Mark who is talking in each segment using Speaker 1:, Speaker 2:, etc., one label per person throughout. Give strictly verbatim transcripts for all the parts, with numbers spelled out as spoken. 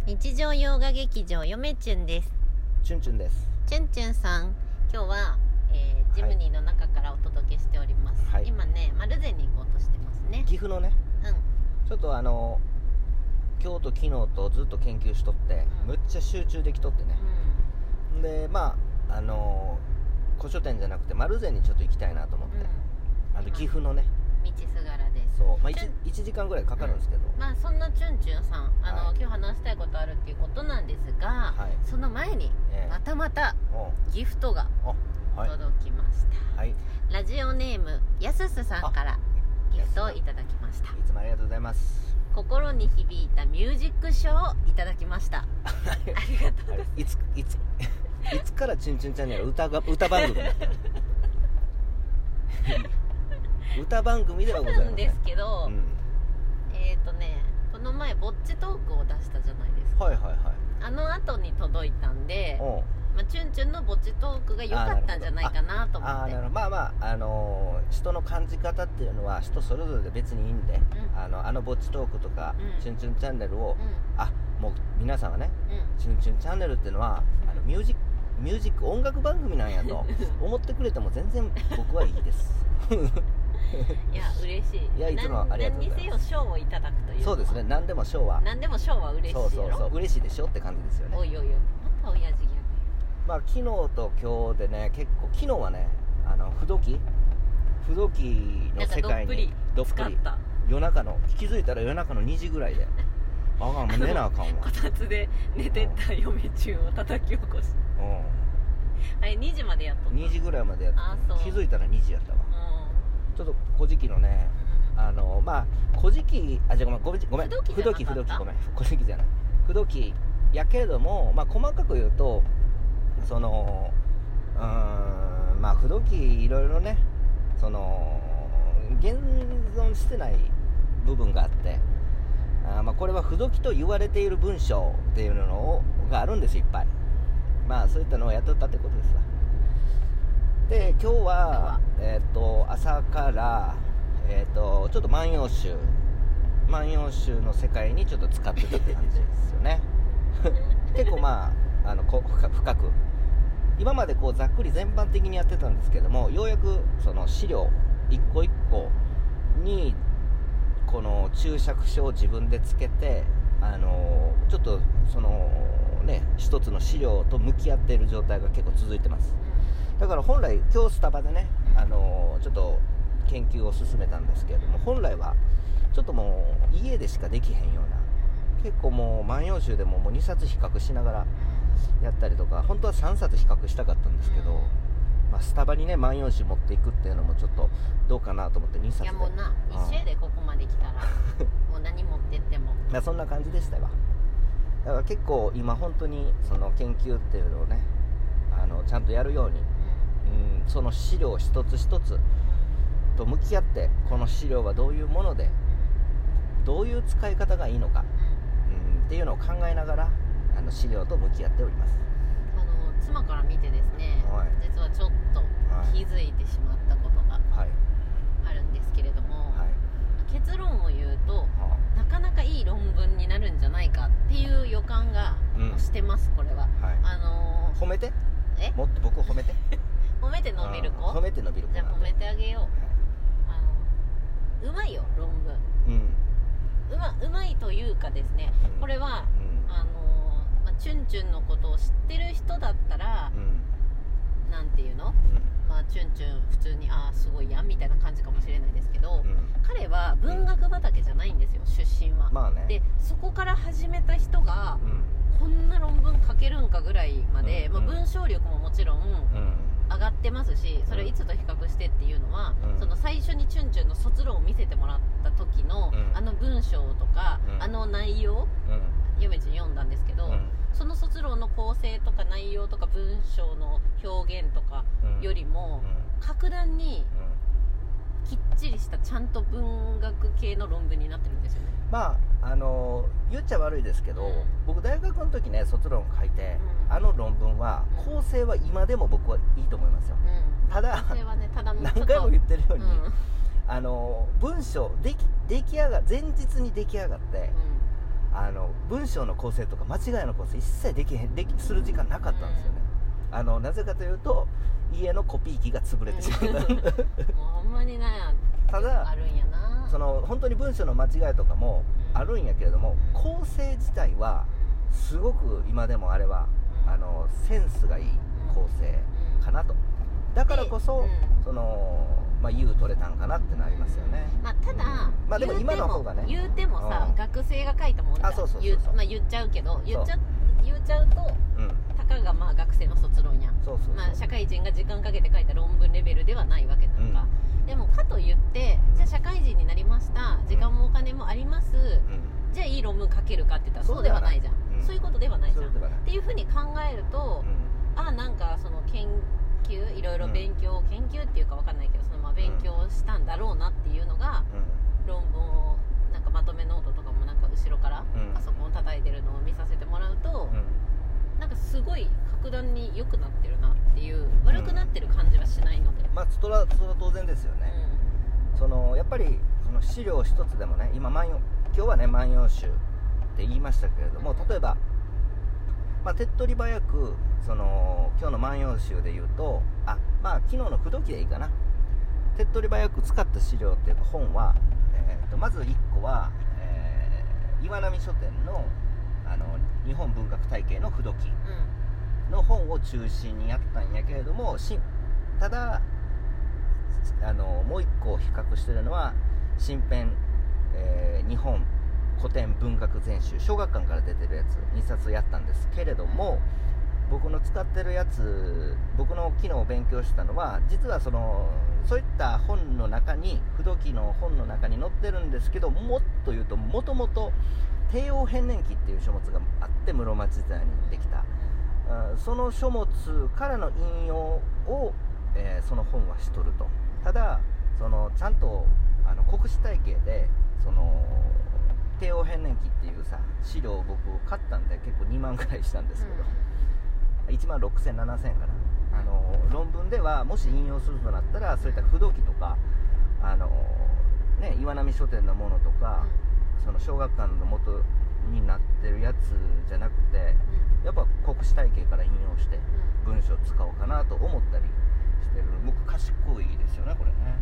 Speaker 1: 日常洋画劇場よめちゅんです。
Speaker 2: チュンチュンです。
Speaker 1: チュンチュンさん、今日は、えー、ジムニーの中からお届けしております、はい、今ね丸善に行こうとしてますね。
Speaker 2: 岐阜のね、うん、ちょっとあの今日と昨日とずっと研究しとって、うん、むっちゃ集中できとってね、うん、でまああの古書店じゃなくて丸善にちょっと行きたいなと思って、うん、あの岐阜のね
Speaker 1: 道すがらです。
Speaker 2: そう、まあ、1, いちじかんぐらいかかるんですけど、
Speaker 1: うん、まあそんなチュンチュンさんあの、はい、今日話したいことあるっていうことなんですが、はい、その前に、えー、またまたギフトが届きました、はい、ラジオネームやすすさんからギフトをいただきました。
Speaker 2: いつもありがとうございます。
Speaker 1: 心に響いたミュージックショーをいただきましたありがとうございます。
Speaker 2: いついついつからチュンチュンチャンネル歌が歌番組だったの歌番組ではございません。
Speaker 1: んですけど、うん、えっ、ー、とねこの前ぼっちトークを出したじゃないですか。
Speaker 2: はいはいはい。
Speaker 1: あの後に届いたんで、まあ、チュンチュンのぼっちトークが良かったんじゃないかなと思って。ああなるほど。
Speaker 2: まあまああのー、人の感じ方っていうのは人それぞれで別にいいんで、うん、あのあのぼっちトークとか、うん、チュンチュンチャンネルを、うん、あもう皆さんはね、うん、チュンチュンチャンネルっていうのは、うん、あのミュージックミュージック音楽番組なんやと思ってくれても全然僕はいいです
Speaker 1: いや嬉しい。
Speaker 2: いやいつもありがとうございます。
Speaker 1: 何にせよ賞をいただくというのは
Speaker 2: そうですね。何でも賞は
Speaker 1: 何でも賞は嬉しいやろ。
Speaker 2: そうそうそう嬉しいでしょって感じですよね。
Speaker 1: おいおいおいまた親父ギャグ。
Speaker 2: まあ昨日と今日でね結構昨日はねあの不動機不動機の世界に
Speaker 1: どっぷり
Speaker 2: 夜中の気づいたら夜中のにじぐらいであかんもう寝なあかんわ
Speaker 1: こたつで寝てた嫁中を叩き起こしうんあれにじまでやっとった
Speaker 2: にじぐらいまでやって気づいたらにじやったわ。ちょっと古事記のね、うん、あのまあ古事記あじゃごめんごめんごめん不動記不動記ごめん古事記じゃない不動記やけれどもまあ細かく言うとそのうーんまあ不動記いろいろねその現存してない部分があってあまあこれは不動記と言われている文章っていうのをがあるんですいっぱい。まあそういったのをやっとったってことですわ。で今日は、えー、と朝から、えー、とちょっと万葉集万葉集の世界にちょっと使ってたって感じですよね結構まあ、あのこ深く今までこうざっくり全般的にやってたんですけどもようやくその資料一個一個にこの注釈書を自分でつけてあのちょっとそのね一つの資料と向き合っている状態が結構続いてます。だから本来今日スタバでね、あのー、ちょっと研究を進めたんですけれども本来はちょっともう家でしかできへんような結構もう万葉集でももうにさつ比較しながらやったりとか本当はさんさつ比較したかったんですけど、まあ、スタバにね万葉集持っていくっていうのもちょっとどうかなと思ってにさつで。
Speaker 1: いやもうな一周でここまで来たらもう何持ってっても
Speaker 2: いやそんな感じでしたわ。だから結構今本当にその研究っていうのをねあのちゃんとやるようにうん、その資料一つ一つと向き合ってこの資料はどういうものでどういう使い方がいいのか、うん、っていうのを考えながらあの資料と向き合っております。
Speaker 1: あの妻から見てですね、はい、実はちょっと気づいてしまったことがあるんですけれども、はい、結論を言うと、はあ、なかなかいい論文になるんじゃないかっていう予感がしてます、うん、これは、はい、あのー、
Speaker 2: 褒めてえもっと僕を褒めて
Speaker 1: 褒めて伸びる子
Speaker 2: 褒めて伸びる子
Speaker 1: じゃあ褒めてあげよう、はい、あのうまいよ論文、うん、うま、うまいというかですね、うん、これは、うん、あの、まあ、チュンチュンのことを知ってる人だったら、うん、なんていうの、うん、まあチュンチュン普通にああすごいやんみたいな感じかもしれないですけど、うん、彼は文学畑じゃないんですよ、うん、出身は、まあね、でそこから始めた人が、うん、こんな論文書けるんかぐらいまで、うんまあ、文章力ももちろん、うん上がってますしそれいつと比較してっていうのは、うん、その最初にチュンチュンの卒論を見せてもらった時の、うん、あの文章とか、うん、あの内容、うん、ゆめちん読んだんですけど、うん、その卒論の構成とか内容とか文章の表現とかよりも、うん、格段にきっちりしたちゃんと文学系の論文になってるんですよね。
Speaker 2: まああの言っちゃ悪いですけど、うん、僕大学の時ね卒論書いて、うん、あの論文は、うん、構成は今でも僕はいいと思いますよ、うん、ただ、構成はね、ただ何回も言ってるように、うん、あの文章でき出来上が前日に出来上がって、 あの文章の構成とか間違いの構成一切できへんできする時間なかったんですよね、うん、あのなぜかというと家のコピー機が潰れてしまった、うん、もう
Speaker 1: ほんまにね
Speaker 2: ただ
Speaker 1: あるんやな。
Speaker 2: その本当に文章の間違いとかもあるんやけれども、うん、構成自体はすごく今でもあれは、うん、あのセンスがいい構成かなと。だからこそ、うん、そのまあ言う取れたんかなってなりますよね。
Speaker 1: まあただ、うん、
Speaker 2: まあでも今の方がね
Speaker 1: 言うてもさ、うん、学生が書いたもんじゃん。
Speaker 2: あそうそうそうそう。
Speaker 1: まあ言っちゃうけど言っちゃ言っちゃうと、うん、たかがまあ学生の卒論やん。
Speaker 2: そうそうそう。
Speaker 1: まあ社会人が時間かけて書いた論文レベルではないわけだから。うん、でもかといってじゃあ社会人になりました。時間もお金もあります。うん、じゃあいい論文書けるかって言ったらそうではないじゃん。うん、そういうことではないじゃん。っていうふうに考えると、うん、あなんかその研いろいろ勉強、うん、研究っていうか分かんないけどそのまあ勉強したんだろうなっていうのが、うん、論文をなんかまとめノートとかもなんか後ろからパソコンを叩いてるのを見させてもらうと、うん、なんかすごい格段に良くなってるなっていう悪くなってる感じはしないので、
Speaker 2: うん、まあそれは当然ですよね、うん、そのやっぱりその資料一つでもね今万葉今日はね万葉集って言いましたけれども、例えばまあ、手っ取り早くその今日の万葉集で言うとあまあ昨日の不時でいいかな。手っ取り早く使った資料っていうか本は、えー、とまずいっこは、えー、岩波書店の、あの日本文学体系の不時の本を中心にやったんやけれども、しただあのもういっこ比較してるのは新編、えー、日本古典文学全集小学館から出てるやつにさつやったんですけれども、僕の使ってるやつ僕の昨日勉強したのは実はそのそういった本の中に不時の本の中に載ってるんですけど、もっと言うともともと帝王変年記っていう書物があって室町時代にできたその書物からの引用を、えー、その本はしとると。ただそのちゃんとあの国史体系でその帝王変年記っていうさ資料を僕買ったんで結構にまんくらいしたんですけど、うん、いちまんろくせんななせんえんかな。あの論文ではもし引用するとなったらそういった不時とかあの、ね、岩波書店のものとか、うん、その小学館の元になってるやつじゃなくて、うん、やっぱ国史体系から引用して文章を使おうかなと思ったりしてる。僕賢いですよねこれね。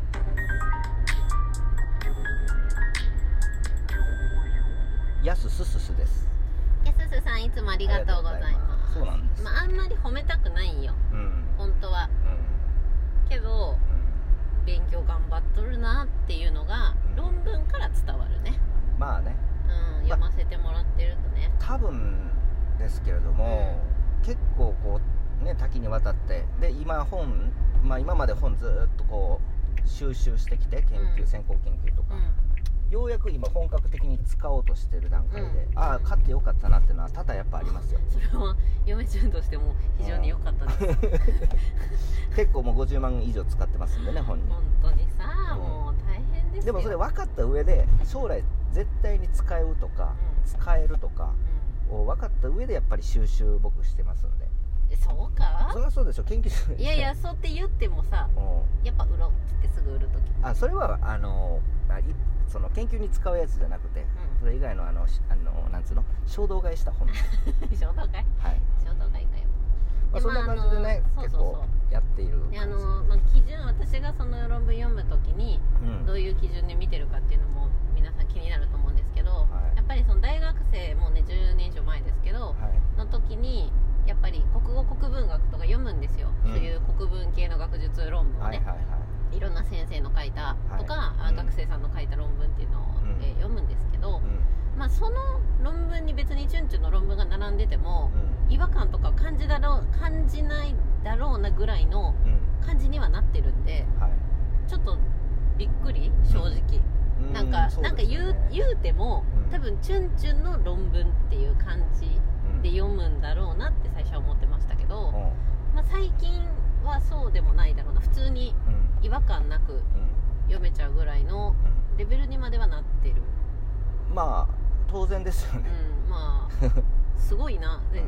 Speaker 2: やすすすすです。
Speaker 1: やすすさんいつもありがとうございます。
Speaker 2: そうなんです。
Speaker 1: まあ、あんまり褒めたくないよ、うん、本当は、うん、けど、うん、勉強頑張っとるなっていうのが、うん、論文から伝わるね。まあね、うん、読ませてもらってるとね、
Speaker 2: 多分ですけれども、うん、結構こうね多岐にわたってで今本、まあ、今まで本ずっとこう収集してきて研究、うん、先行研究とか、うん、ようやく今本格的に使おうとしてる段階で、うん、ああ買ってよかったなっていうのは多々やっぱありますよ。
Speaker 1: それは嫁ちゃんとしても非常に良かったです、うん、
Speaker 2: 結構もうごじゅうまん以上使ってますんでね本に。
Speaker 1: 本当にさ、うん、もう大変ですよ。
Speaker 2: でもそれ分かった上で将来絶対に使えるとか、うん、使えるとかを分かった上でやっぱり収集僕してますんで。
Speaker 1: そうか？
Speaker 2: そりゃそうでしょ、研究所。
Speaker 1: いやいや、そうって言ってもさ、うん、やっぱ売ろうってすぐ売るとき。
Speaker 2: あ、それはあのあいその研究に使うやつじゃなくて、うん、それ以外のあのあのなんつうの衝動買いした本。
Speaker 1: 衝動買い？はい。衝動買いかよ。
Speaker 2: まあ、そんな感じでね、まあ、結構やっている感じ。
Speaker 1: あのまあ基準、私がその論文読むときに、うん、どういう基準で見てるかっていうのも皆さん気になると思うんですけど、はい、やっぱりその大学生もうねじゅうねん以上前ですけど、はい、の時に。やっぱり国語国文学とか読むんですよ、うん、そういう国文系の学術論文をね、はいはいはい、いろんな先生の書いたとか、はい、学生さんの書いた論文っていうのを、うんえー、読むんですけど、うんまあ、その論文に別にチュンチュンの論文が並んでても、うん、違和感とか感じだろう感じないだろうなぐらいの感じにはなってるんで、うんはい、ちょっとびっくり正直、うん、なんか、うん、なんか言う、言うても、うん、多分チュンチュンの論文っていう感じで読むんだろうなって最初は思ってましたけど、うんまあ、最近はそうでもないだろうな、普通に違和感なく読めちゃうぐらいのレベルにまではなってる、
Speaker 2: うん、まあ当然ですよね、
Speaker 1: うん、まあすごいな、うん、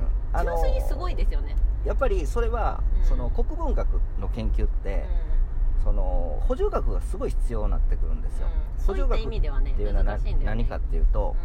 Speaker 1: 純粋にすごいですよね。
Speaker 2: やっぱりそれは、うん、その国文学の研究って、うん、その補助学がすごい必要になってくるんですよ、うん、補助学っていうのは何かっていうと、うん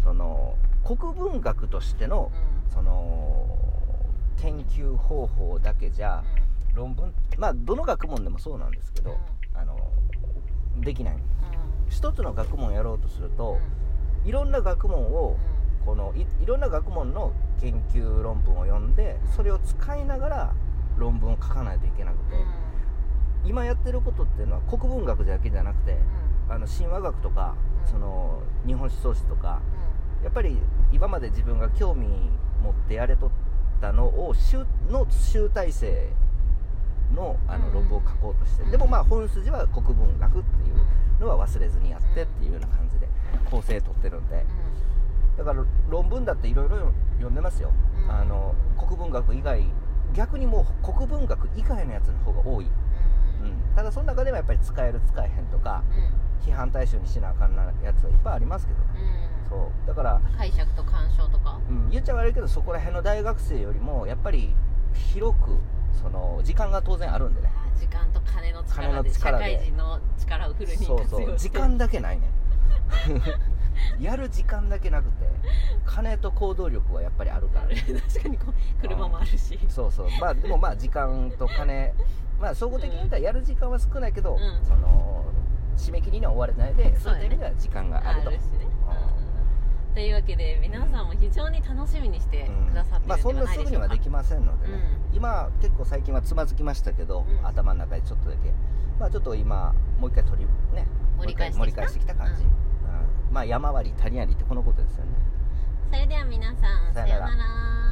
Speaker 2: その国文学としての、うん、その研究方法だけじゃ、うん、論文まあどの学問でもそうなんですけど、うん、あのできない、うん、一つの学問をやろうとすると、うん、いろんな学問を、うん、この い, いろんな学問の研究論文を読んでそれを使いながら論文を書かないといけなくて、うん、今やってることっていうのは国文学だけじゃなくて、うん、あの神話学とか、うん、その日本思想史とか、うん、やっぱり今まで自分が興味持ってやれとったのをの集大成 の, あの論文を書こうとして、うん、でもまあ本筋は国文学っていうのは忘れずにやってっていうような感じで構成取ってるんで、だから論文だっていろいろ読んでますよ、うん、あの国文学以外逆にもう国文学以外のやつの方が多い、うんうん、ただその中でもやっぱり使える使えへんとか、うん、批判対象にしなあかんなやつはいっぱいありますけどね、うん、そうだから
Speaker 1: 解釈と干渉とか、
Speaker 2: うん、言っちゃ悪いけどそこら辺の大学生よりもやっぱり広くその時間が当然あるんでね、
Speaker 1: 時間と金の力で社会人の力をフルに活用して、
Speaker 2: そうそう時間だけないねやる時間だけなくて金と行動力はやっぱりあるから、ね、
Speaker 1: 確かにこう車もあるし、
Speaker 2: うん、そうそうまあでもまあ時間と金まあ総合的に言ったらやる時間は少ないけど、うん、その締め切りには追われないで、そういう意味では時間があると、あるしね、
Speaker 1: うん、というわけで皆さんも非常に楽しみにしてくださっているのではないでしょうか、うん、まあそんなすぐには
Speaker 2: できませんのでね、うん、今結構最近はつまずきましたけど、うん、頭の中でちょっとだけまあちょっと今もう一回取りね
Speaker 1: 盛り返してきた、
Speaker 2: 盛り返してきた感じ、うんまあ山割り谷ありってこのことですよね。
Speaker 1: それでは皆さんさようなら。